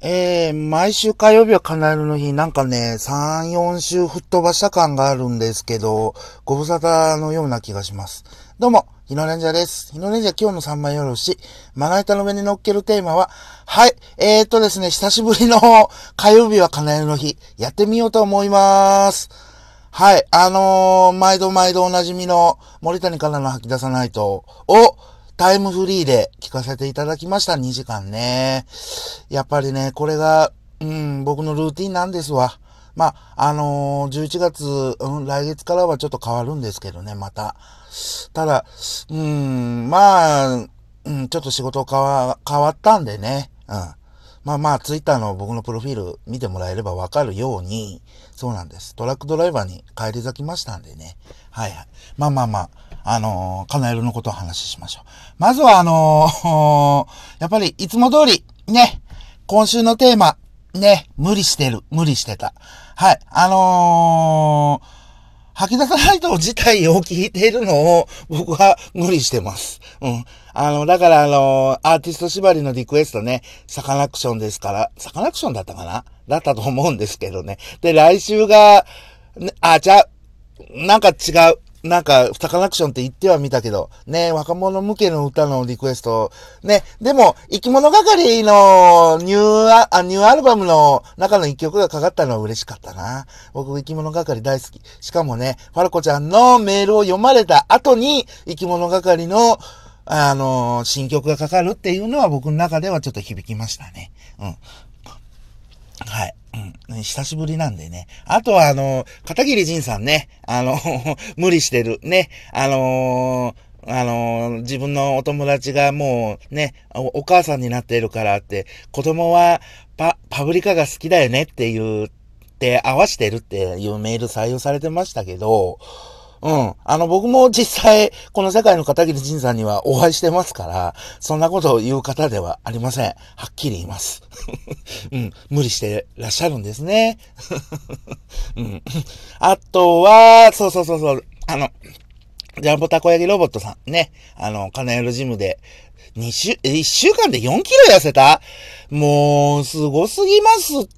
毎週火曜日はカナエルの日、なんかね、3、4週吹っ飛ばした感があるんですけど、ご無沙汰のような気がします。どうも、日野レンジャーです。日野レンジャー今日の三枚おろし、まな板の上に乗っけるテーマは、はい、ですね、久しぶりの火曜日はカナエルの日、やってみようと思います。はい、毎度毎度おなじみの森谷からの吐き出さないとをタイムフリーで聞かせていただきました。2時間ね。やっぱりね、これが、僕のルーティンなんですわ。まあ、11月、来月からはちょっと変わるんですけどね、また。ただ、まあ、ちょっと仕事変わったんでね。ツイッターの僕のプロフィール見てもらえればわかるように、そうなんです。トラックドライバーに帰り咲きましたんでね。はいはい。カナエルのことを話しましょう。まずはやっぱりいつも通り、ね、今週のテーマ、ね、無理してた。はい。吐き出さないと自体を聞いているのを僕は無理してます。だからアーティスト縛りのリクエストね、サカナクションですから、サカナクションだったかなだったと思うんですけどね。で、来週が、ね、なんか違う。なんか、サカナクションって言ってはみたけど、ね、若者向けの歌のリクエスト、ね、でも、生き物係のニューアルバムの中の一曲がかかったのは嬉しかったな。僕、生き物係大好き。しかもね、ファルコちゃんのメールを読まれた後に、生き物係の、新曲がかかるっていうのは僕の中ではちょっと響きましたね。はい。久しぶりなんでね。あとは片桐仁さんね。無理してる。ね。自分のお友達がもうね、お母さんになっているからって、子供はパブリカが好きだよねって言って合わしてるっていうメール採用されてましたけど、僕も実際、この世界の片桐仁さんにはお会いしてますから、そんなことを言う方ではありません。はっきり言います。無理してらっしゃるんですね。あとは、そう。ジャンボたこ焼きロボットさんね。カナエルジムで、1週間で4キロ痩せた？もう、すごすぎますって。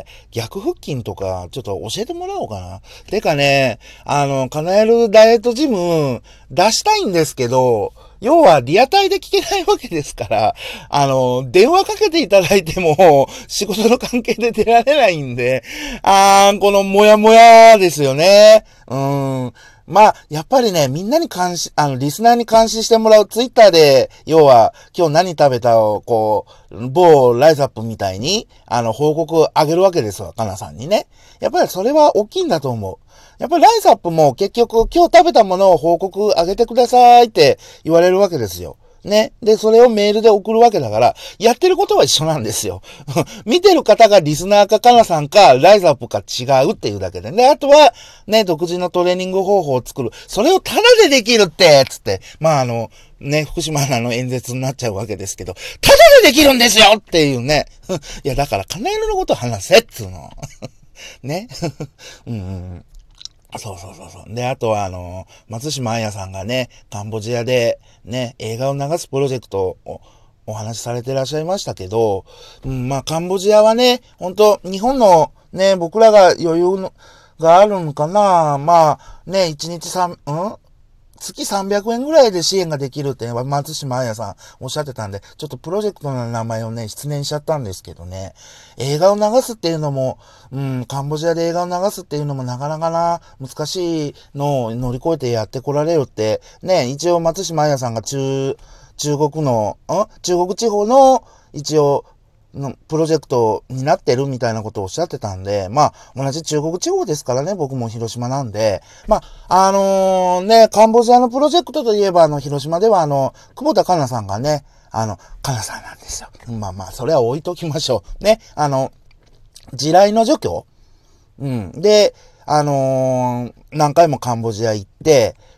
逆腹筋とか、ちょっと教えてもらおうかな。てかね、カナエルダイエットジム、出したいんですけど、要はリアタイで聞けないわけですから、電話かけていただいても、仕事の関係で出られないんで、このモヤモヤですよね。やっぱりね、みんなにリスナーに監視してもらうツイッターで、要は、今日何食べたを、某ライズアップみたいに、報告あげるわけですわ、かなさんにね。やっぱりそれは大きいんだと思う。やっぱりライズアップも結局、今日食べたものを報告あげてくださいって言われるわけですよ。ね。で、それをメールで送るわけだから、やってることは一緒なんですよ。見てる方がリスナーかカナさんか、ライズアップか違うっていうだけでね。あとは、ね、独自のトレーニング方法を作る。それをタダでできるって、つって。福島アナの演説になっちゃうわけですけど、タダでできるんですよっていうね。いや、だから、カナエルのことを話せっつうの。ね。そう。で、あとは松島彩さんがね、カンボジアでね、映画を流すプロジェクトをお話しされてらっしゃいましたけど、カンボジアはね、本当日本のね、僕らが余裕のがあるのかな、1日月300円ぐらいで支援ができるって松島彩さんおっしゃってたんで、ちょっとプロジェクトの名前をね、失念しちゃったんですけどね。映画を流すっていうのも、カンボジアで映画を流すっていうのもなかなか難しいのを乗り越えてやってこられるって、ね、一応松島彩さんが中国地方の一応、のプロジェクトになってるみたいなことをおっしゃってたんで、同じ中国地方ですからね、僕も広島なんで、カンボジアのプロジェクトといえば、広島では久保田香菜さんがね、香菜さんなんですよ。それは置いときましょう。ね、地雷の除去で、何回もカンボジア行って、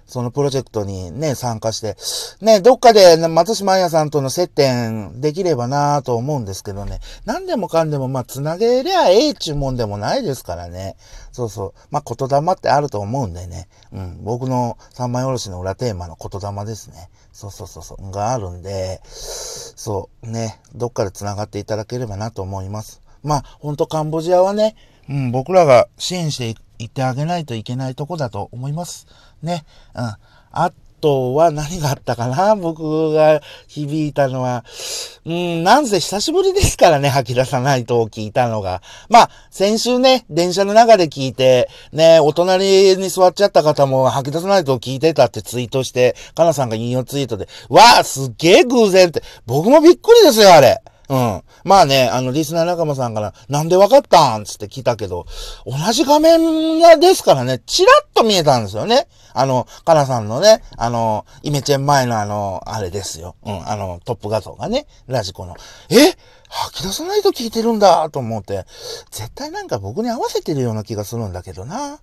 そのプロジェクトにね、参加して、ね、どっかで松島彩さんとの接点できればなぁと思うんですけどね、何でもかんでもつなげりゃええっちゅうもんでもないですからね。そうそう。言霊ってあると思うんでね。僕の三枚おろしの裏テーマの言霊ですね。そう。があるんで、そうね、どっかで繋がっていただければなと思います。ほんとカンボジアはね、僕らが支援していってあげないといけないとこだと思います。ね。あとは何があったかな、僕が響いたのは。なんせ久しぶりですからね、吐き出さないと聞いたのが。先週ね、電車の中で聞いて、ね、お隣に座っちゃった方も吐き出さないと聞いてたってツイートして、かなさんが引用ツイートで、わあ、すっげえ偶然って、僕もびっくりですよ、あれ。リスナー仲間さんから、なんでわかったんつって来たけど、同じ画面ですからね、チラッと見えたんですよね。かなさんのね、イメチェン前のあれですよ。トップ画像がね、ラジコの。吐き出さないと聞いてるんだと思って、絶対なんか僕に合わせてるような気がするんだけどな。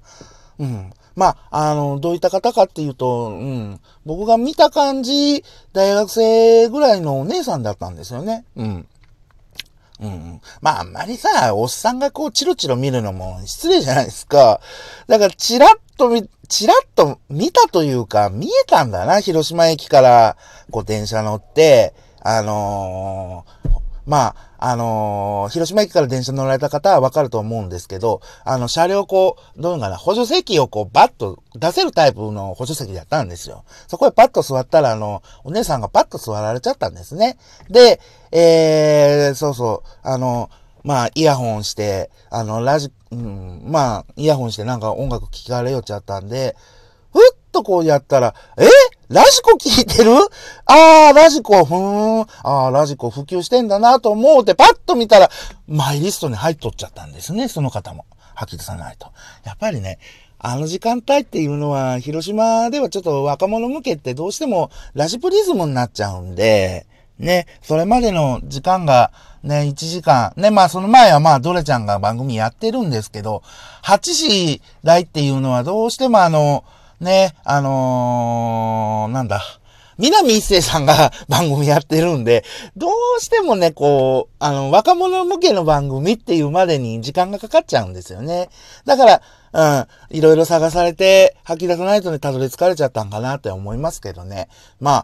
どういった方かっていうと、僕が見た感じ、大学生ぐらいのお姉さんだったんですよね。あんまりさ、おっさんがチロチロ見るのも失礼じゃないですか。だから、チラッと見たというか、見えたんだな、広島駅から、電車乗って、広島駅から電車乗られた方はわかると思うんですけど、車両どういうのかな、補助席をバッと出せるタイプの補助席だったんですよ。そこへパッと座ったら、お姉さんがパッと座られちゃったんですね。で、イヤホンして、イヤホンしてなんか音楽聴かれよっちゃったんで、ふっとやったら、ラジコ聞いてる？ラジコ、ラジコ普及してんだなと思うて、パッと見たら、マイリストに入っとっちゃったんですね、その方も。吐き出さないと。やっぱりね、あの時間帯っていうのは、広島ではちょっと若者向けってどうしてもラジプリズムになっちゃうんで、ね、それまでの時間が、ね、1時間。ね、その前はドレちゃんが番組やってるんですけど、8時台っていうのはどうしても南一世さんが番組やってるんで、どうしてもね、若者向けの番組っていうまでに時間がかかっちゃうんですよね。だから、いろいろ探されて吐き出さないとね、たどり着かれちゃったんかなって思いますけどね。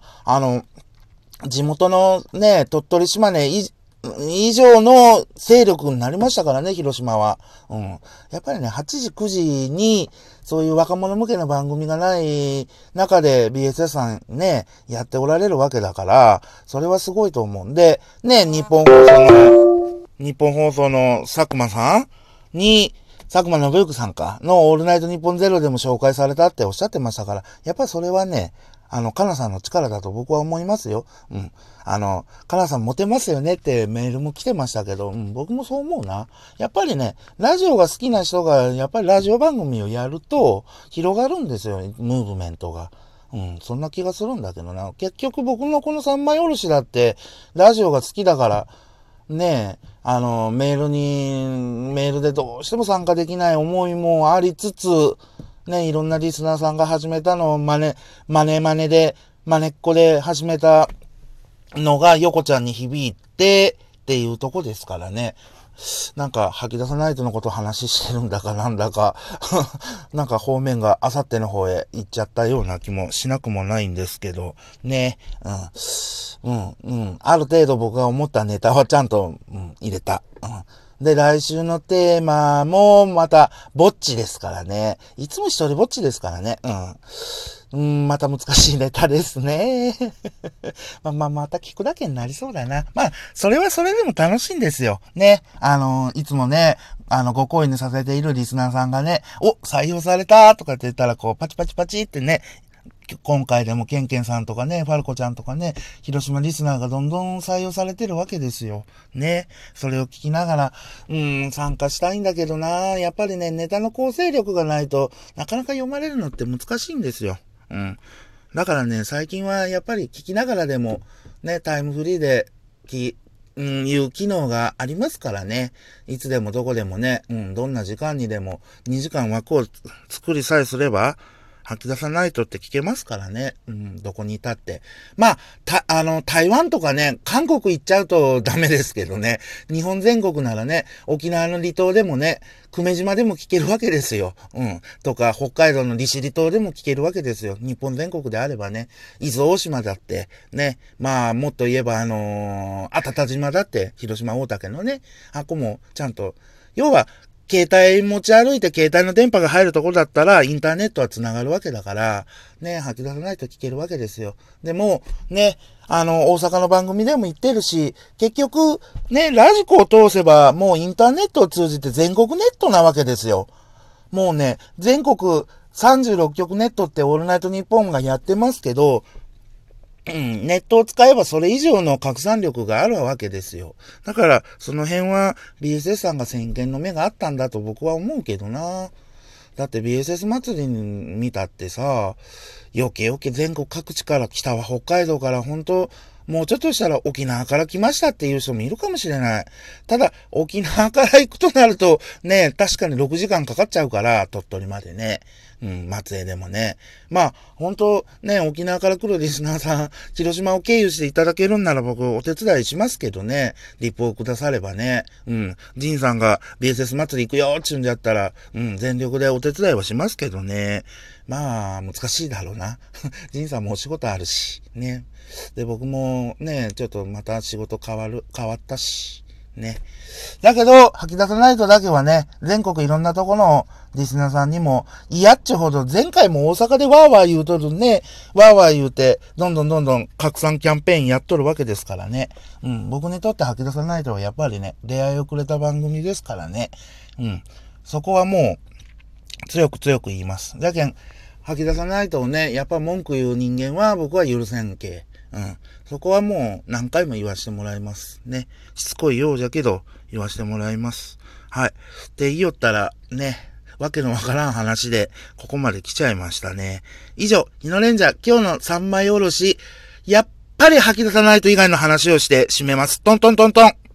地元のね、鳥取島根以上の勢力になりましたからね、広島は。やっぱりね、8時、9時に、そういう若者向けの番組がない中で BSS さんね、やっておられるわけだから、それはすごいと思うんで、ね、日本放送の佐久間さんに、佐久間信之さんか、のオールナイトニッポンゼロでも紹介されたっておっしゃってましたから、やっぱりそれはね、かなさんの力だと僕は思いますよ。かなさんモテますよねってメールも来てましたけど、僕もそう思うな。やっぱりね、ラジオが好きな人が、やっぱりラジオ番組をやると、広がるんですよ、ムーブメントが。そんな気がするんだけどな。結局僕のこの三枚おろしだって、ラジオが好きだから、ねえ、メールでどうしても参加できない思いもありつつ、ね、いろんなリスナーさんが始めたのを真似っこで始めたのが横ちゃんに響いてっていうとこですからね。なんか吐き出さないとのことを話してるんだかなんだかなんか方面があさっての方へ行っちゃったような気もしなくもないんですけど、ね。ある程度僕が思ったネタはちゃんと、入れた。で、来週のテーマも、また、ぼっちですからね。いつも一人ぼっちですからね。また難しいネタですね。また聞くだけになりそうだな。それはそれでも楽しいんですよ。ね。いつもね、ご好意にさせているリスナーさんがね、採用されたとかって言ったら、パチパチパチってね、今回でもケンケンさんとかね、ファルコちゃんとかね、広島リスナーがどんどん採用されてるわけですよ。ね。それを聞きながら、参加したいんだけどな、やっぱりね、ネタの構成力がないとなかなか読まれるのって難しいんですよ。だからね、最近はやっぱり聞きながらでも、ね、タイムフリーでいう機能がありますからね。いつでもどこでもね、どんな時間にでも2時間枠を作りさえすれば、 吐き出さないとって聞けますからね。どこにいたって。まあ、台湾とかね、韓国行っちゃうとダメですけどね。日本全国ならね、沖縄の離島でもね、久米島でも聞けるわけですよ。とか、北海道の利尻島でも聞けるわけですよ。日本全国であればね、伊豆大島だって、ね、まあ、もっと言えば、あたた島だって、広島大竹のね、あっこもちゃんと、要は、携帯持ち歩いて携帯の電波が入るところだったら、インターネットは繋がるわけだから、ね、吐き出さないと聞けるわけですよ。でも、ね、大阪の番組でも言ってるし、結局、ね、ラジコを通せば、もうインターネットを通じて全国ネットなわけですよ。もうね、全国36局ネットってオールナイトニッポンがやってますけど、ネットを使えばそれ以上の拡散力があるわけですよ。だから、その辺は BSS さんが先見の目があったんだと僕は思うけどな。だって BSS 祭りに見たってさ、よけ全国各地から北は北海道から本当もうちょっとしたら沖縄から来ましたっていう人もいるかもしれない。ただ、沖縄から行くとなると、ね、確かに6時間かかっちゃうから、鳥取までね。松江でもね。まあ、本当ね、沖縄から来るリスナーさん、広島を経由していただけるんなら僕お手伝いしますけどね。リポをくださればね。ジンさんが BSS 祭り行くよって言うんだったら、全力でお手伝いはしますけどね。まあ、難しいだろうな。ジンさんもお仕事あるし、ね。で、僕もね、ちょっとまた仕事変わったし、ね。だけど、吐き出さないとだけはね、全国いろんなとこのリスナーさんにも、嫌っちゅうほど、前回も大阪でワーワー言うとるね、ワーワー言うて、どんどん拡散キャンペーンやっとるわけですからね。僕にとって吐き出さないとはやっぱりね、出会いをくれた番組ですからね。そこはもう、強く言います。だけん、吐き出さないとね、やっぱ文句言う人間は僕は許せんけ。そこはもう何回も言わしてもらいますね。しつこいようじゃけど言わしてもらいます。はい。で、言いよったらね、わけのわからん話でここまで来ちゃいましたね。以上、日野レンジャー今日の三枚おろし、やっぱり吐き出さないと以外の話をして締めます。トントントントン。